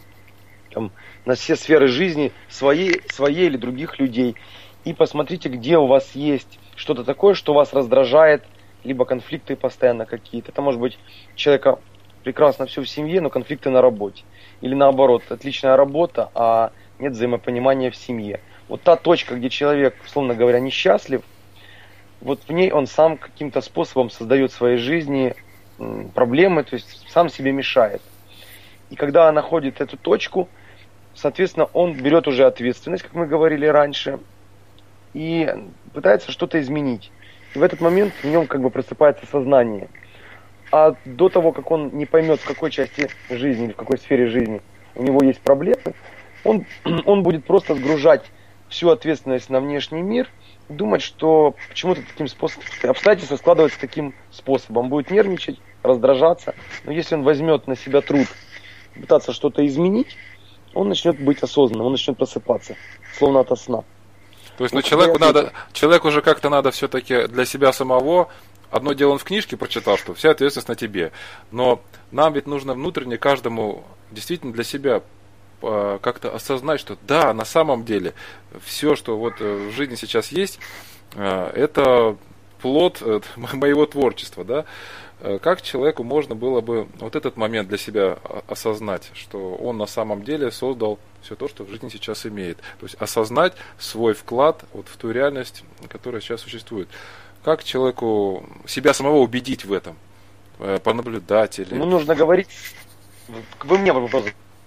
на все сферы жизни своей или других людей. И посмотрите, где у вас есть что-то такое, что вас раздражает, либо конфликты постоянно какие-то. Это может быть человека прекрасно все в семье, но конфликты на работе. Или наоборот, отличная работа, а нет взаимопонимания в семье. Вот та точка, где человек, условно говоря, несчастлив, вот в ней он сам каким-то способом создает в своей жизни проблемы, то есть сам себе мешает. И когда он находит эту точку, соответственно, он берет уже ответственность, как мы говорили раньше, и пытается что-то изменить. И в этот момент в нем как бы просыпается сознание. А до того, как он не поймет, в какой части жизни или в какой сфере жизни у него есть проблемы, он будет просто сгружать всю ответственность на внешний мир, думать, что почему-то таким способом, обстоятельства складываются таким способом. Будет нервничать, раздражаться. Но если он возьмет на себя труд пытаться что-то изменить, он начнет быть осознанным, он начнет просыпаться, словно ото сна. То есть, человеку же как-то надо все-таки для себя самого. Одно дело, он в книжке прочитал, что вся ответственность на тебе. Но нам ведь нужно внутренне каждому действительно для себя как-то осознать, что да, на самом деле все, что вот в жизни сейчас есть, это плод моего творчества, да? Как человеку можно было бы вот этот момент для себя осознать, что он на самом деле создал все то, что в жизни сейчас имеет. То есть осознать свой вклад вот в ту реальность, которая сейчас существует. Как человеку себя самого убедить в этом? Понаблюдать или... Ну, нужно говорить... Вы мне вопрос.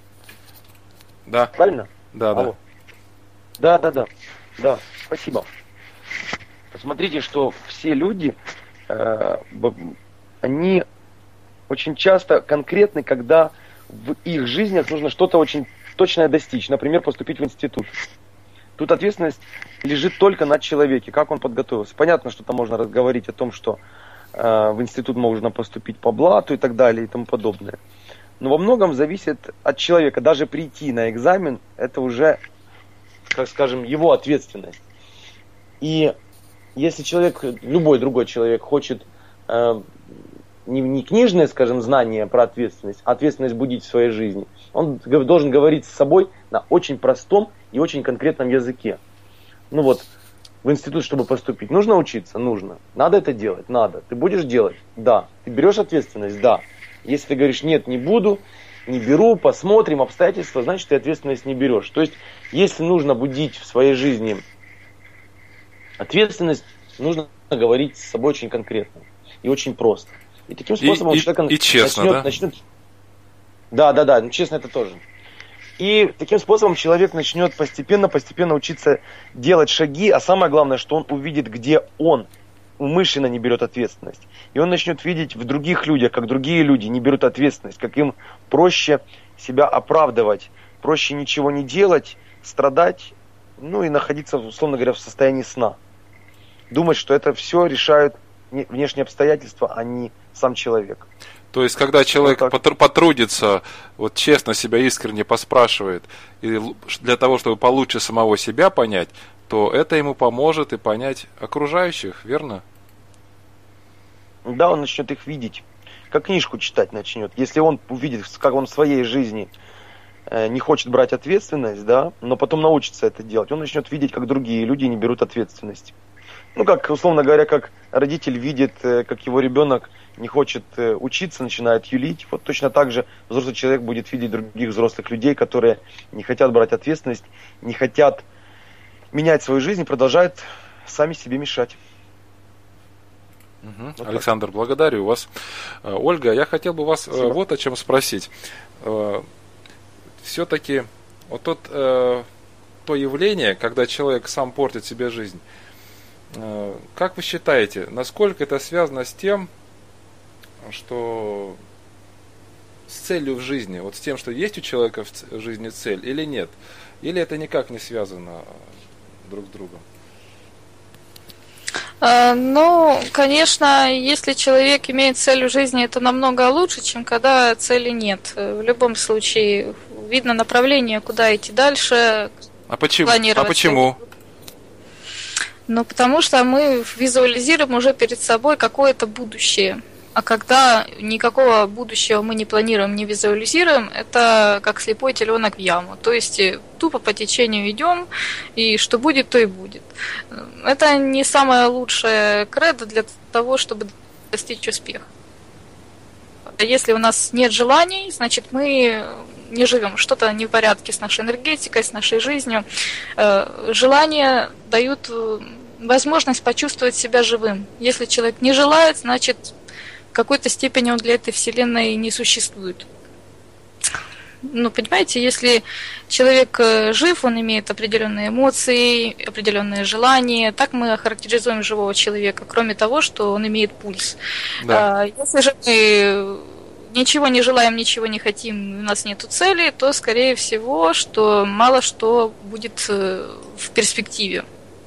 Да. Правильно? Да, Алло. Да, спасибо. Посмотрите, что все люди, они очень часто конкретны, когда в их жизнях нужно что-то очень точное достичь. Например, поступить в институт. Тут ответственность лежит только на человеке, как он подготовился. Понятно, что там можно разговорить о том, что в институт можно поступить по блату и так далее и тому подобное. Но во многом зависит от человека. Даже прийти на экзамен, это уже, как скажем, его ответственность. И если человек, любой другой человек хочет не книжное, скажем, знание про ответственность, а ответственность будить в своей жизни, он должен говорить с собой на очень простом и очень конкретном языке. Ну вот, в институт, чтобы поступить, нужно учиться? Нужно. Надо это делать? Надо. Ты будешь делать? Да. Ты берешь ответственность? Да. Если ты говоришь, нет, не буду, не беру, посмотрим обстоятельства, значит, ты ответственность не берешь. То есть, если нужно будить в своей жизни ответственность, нужно говорить с собой очень конкретно и очень просто. И таким способом человек честно, начнет... Да, честно это тоже. И таким способом человек начнет постепенно учиться делать шаги, а самое главное, что он увидит, где он умышленно не берет ответственность. И он начнет видеть в других людях, как другие люди не берут ответственность, как им проще себя оправдывать, проще ничего не делать, страдать, ну и находиться, условно говоря, в состоянии сна. Думать, что это все решают внешние обстоятельства, а не сам человек. То есть, когда человек потрудится, вот честно себя искренне поспрашивает, и для того, чтобы получше самого себя понять, то это ему поможет и понять окружающих, верно? Да, он начнет их видеть. Как книжку читать начнет. Если он увидит, как он в своей жизни не хочет брать ответственность, да, но потом научится это делать, он начнет видеть, как другие люди не берут ответственность. Ну, как, условно говоря, как родитель видит, как его ребенок не хочет учиться, начинает юлить. Вот точно так же взрослый человек будет видеть других взрослых людей, которые не хотят брать ответственность, не хотят менять свою жизнь и продолжают сами себе мешать. Угу. Вот Александр, так. Благодарю вас. Ольга, я хотел бы вас вот о чем спросить. Все-таки вот то явление, когда человек сам портит себе жизнь, как вы считаете, насколько это связано с тем, что с целью в жизни, вот с тем, что есть у человека в жизни цель или нет? Или это никак не связано друг с другом? Ну, конечно, если человек имеет цель в жизни, это намного лучше, чем когда цели нет. В любом случае, видно направление, куда идти дальше. А почему? Ну, потому что мы визуализируем уже перед собой какое-то будущее. А когда никакого будущего мы не планируем, не визуализируем, это как слепой теленок в яму. То есть тупо по течению идем, и что будет, то и будет. Это не самое лучшее кредо для того, чтобы достичь успеха. Если у нас нет желаний, значит мы не живем. Что-то не в порядке с нашей энергетикой, с нашей жизнью. Желания дают возможность почувствовать себя живым. Если человек не желает, значит в какой-то степени он для этой вселенной не существует. Ну, понимаете, если человек жив, он имеет определенные эмоции, определенные желания, так мы охарактеризуем живого человека, кроме того, что он имеет пульс. Да. Если же мы ничего не желаем, ничего не хотим, у нас нет цели, то, скорее всего, что мало что будет в перспективе.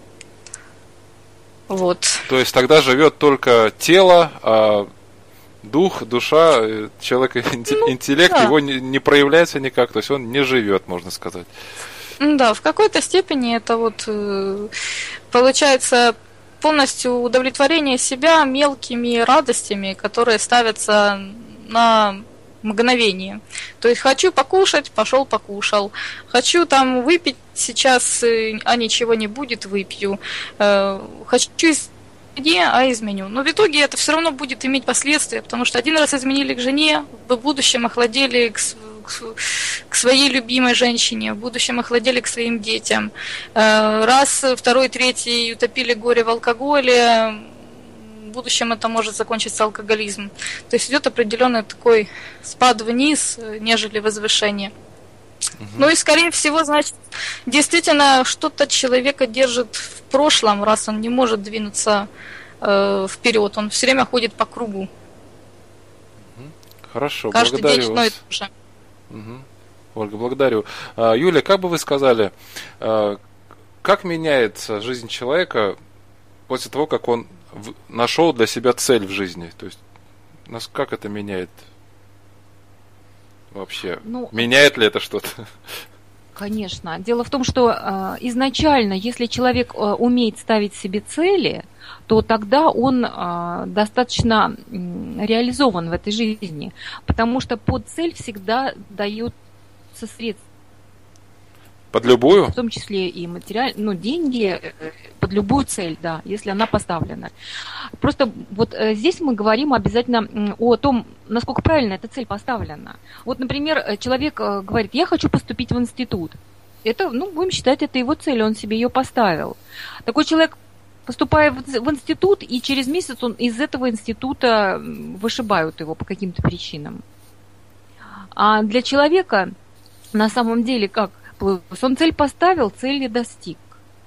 Вот. То есть тогда живет только тело, а дух, душа, человек, интеллект, да. Его не проявляется никак, то есть он не живет, можно сказать. Да, в какой-то степени это вот получается полностью удовлетворение себя мелкими радостями, которые ставятся на мгновение. То есть хочу покушать, пошел покушал. Хочу там выпить сейчас, а ничего не будет, выпью. Хочу изменю. Но в итоге это все равно будет иметь последствия, потому что один раз изменили к жене, в будущем охладели к своей любимой женщине, в будущем охладели к своим детям. Раз, второй, третий утопили горе в алкоголе, в будущем это может закончиться алкоголизмом. То есть идет определенный такой спад вниз, нежели возвышение. Ну и, скорее всего, значит, действительно что-то человека держит в прошлом, раз он не может двинуться вперед. Он все время ходит по кругу. Хорошо, каждый благодарю день вас. одно и то же. Ольга, благодарю. Юля, как бы вы сказали, как меняется жизнь человека после того, как он нашел для себя цель в жизни? То есть, как это меняет? Вообще, меняет ли это что-то? Конечно. Дело в том, что изначально, если человек умеет ставить себе цели, то тогда он достаточно реализован в этой жизни, потому что под цель всегда даются средства. Под любую? В том числе и деньги под любую цель, да, если она поставлена. Просто вот здесь мы говорим обязательно о том, насколько правильно эта цель поставлена. Вот, например, человек говорит, я хочу поступить в институт. Это, будем считать, это его цель, он себе ее поставил. Такой человек, поступая в институт, и через месяц он из этого института вышибают его по каким-то причинам. А для человека на самом деле как? Он цель поставил, цель не достиг.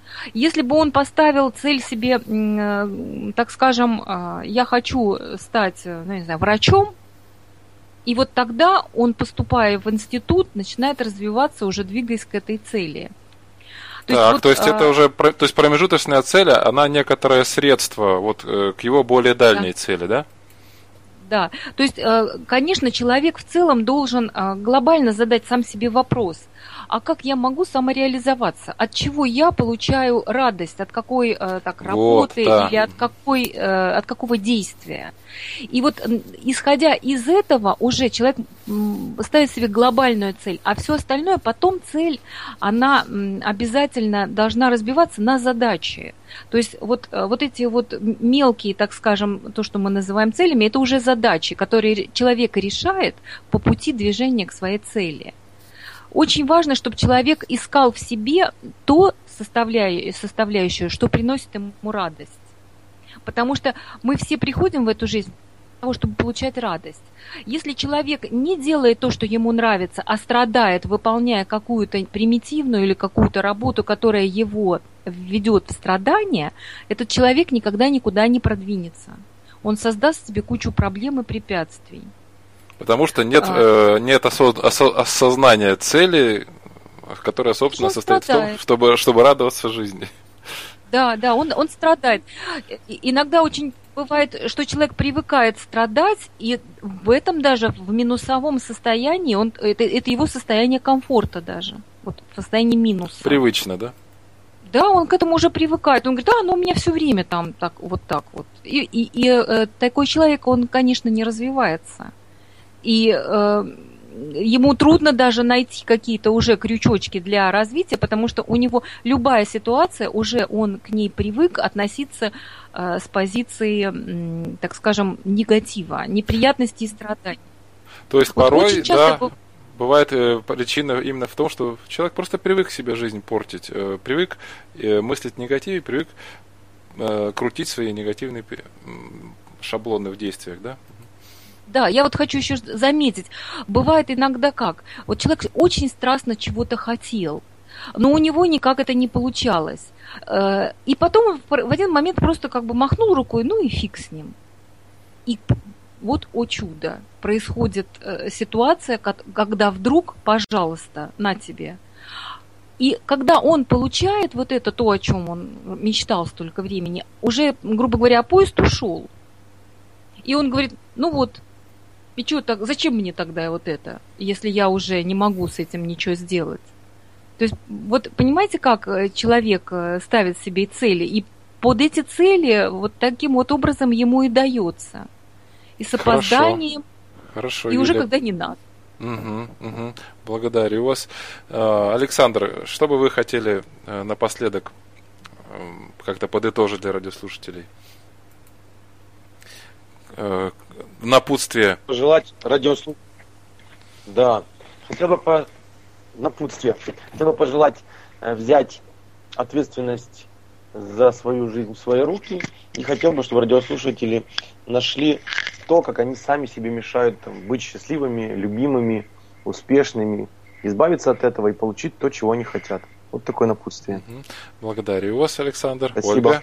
Если бы он поставил цель себе, так скажем, я хочу стать, не знаю, врачом, и вот тогда он, поступая в институт, начинает развиваться, уже двигаясь к этой цели. То есть это уже, то есть промежуточная цель, она некоторое средство вот к его более дальней цели, да? Да, то есть, конечно, человек в целом должен глобально задать сам себе вопрос, а как я могу самореализоваться? От чего я получаю радость? От какой работы или от какого действия? И вот, исходя из этого, уже человек ставит себе глобальную цель, а все остальное потом цель, она обязательно должна разбиваться на задачи. То есть вот эти вот мелкие, так скажем, то, что мы называем целями, это уже задачи, которые человек решает по пути движения к своей цели. Очень важно, чтобы человек искал в себе то составляющую, что приносит ему радость. Потому что мы все приходим в эту жизнь для того, чтобы получать радость. Если человек не делает то, что ему нравится, а страдает, выполняя какую-то примитивную или какую-то работу, которая его введет в страдания, этот человек никогда никуда не продвинется. Он создаст себе кучу проблем и препятствий. Потому что нет осознания цели, которая, собственно, состоит в том, чтобы радоваться жизни. Да, он страдает. Иногда очень бывает, что человек привыкает страдать, и в этом даже в минусовом состоянии, это его состояние комфорта даже, вот в состоянии минуса. Привычно, да? Да, он к этому уже привыкает. Он говорит, оно у меня все время там так вот. И такой человек, он, конечно, не развивается. И ему трудно даже найти какие-то уже крючочки для развития, потому что у него любая ситуация, уже он к ней привык относиться с позиции, так скажем, негатива, неприятностей и страданий. То есть вот порой, да, бывает причина именно в том, что человек просто привык себе жизнь портить, привык мыслить в негативе, привык крутить свои негативные шаблоны в действиях, да? Да, я вот хочу еще заметить, бывает иногда как, вот человек очень страстно чего-то хотел, но у него никак это не получалось. И потом в один момент просто как бы махнул рукой, ну и фиг с ним. И вот, о чудо, происходит ситуация, когда вдруг, пожалуйста, на тебе. И когда он получает вот это, то, о чем он мечтал столько времени, уже, грубо говоря, поезд ушел. И он говорит, ну вот, и что так, зачем мне тогда вот это, если я уже не могу с этим ничего сделать? То есть, вот понимаете, как человек ставит себе цели, и под эти цели вот таким вот образом ему и дается. И с опозданием, Хорошо, и Юля. уже когда не надо. Угу. Благодарю вас. Александр, что бы вы хотели напоследок как-то подытожить для радиослушателей? Напутствие. Пожелать радиослушателям. Да. Хотел бы напутствие. Хотел бы пожелать взять ответственность за свою жизнь в свои руки. И хотел бы, чтобы радиослушатели нашли то, как они сами себе мешают быть счастливыми, любимыми, успешными, избавиться от этого и получить то, чего они хотят. Вот такое напутствие. Благодарю вас, Александр. Спасибо.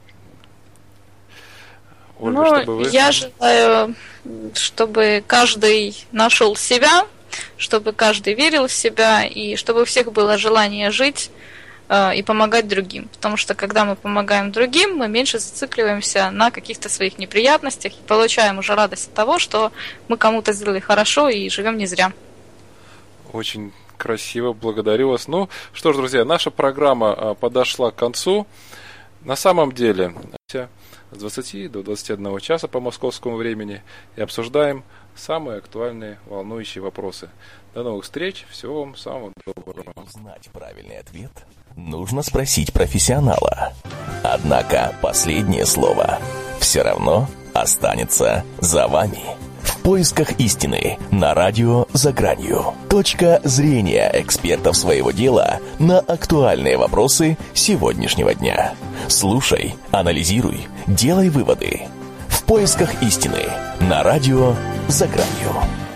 Ольга, я желаю, чтобы каждый нашел себя, чтобы каждый верил в себя, и чтобы у всех было желание жить и помогать другим. Потому что когда мы помогаем другим, мы меньше зацикливаемся на каких-то своих неприятностях и получаем уже радость от того, что мы кому-то сделали хорошо и живем не зря. Очень красиво, благодарю вас. Ну что ж, друзья, наша программа подошла к концу. На самом деле, с 20 до 21 часа по московскому времени и обсуждаем самые актуальные, волнующие вопросы. До новых встреч, всего вам самого доброго. Узнать правильный ответ нужно спросить профессионала. Однако последнее слово все равно останется за вами. В поисках истины на радио «За гранью». Точка зрения экспертов своего дела на актуальные вопросы сегодняшнего дня. Слушай, анализируй, делай выводы. В поисках истины на радио «За гранью».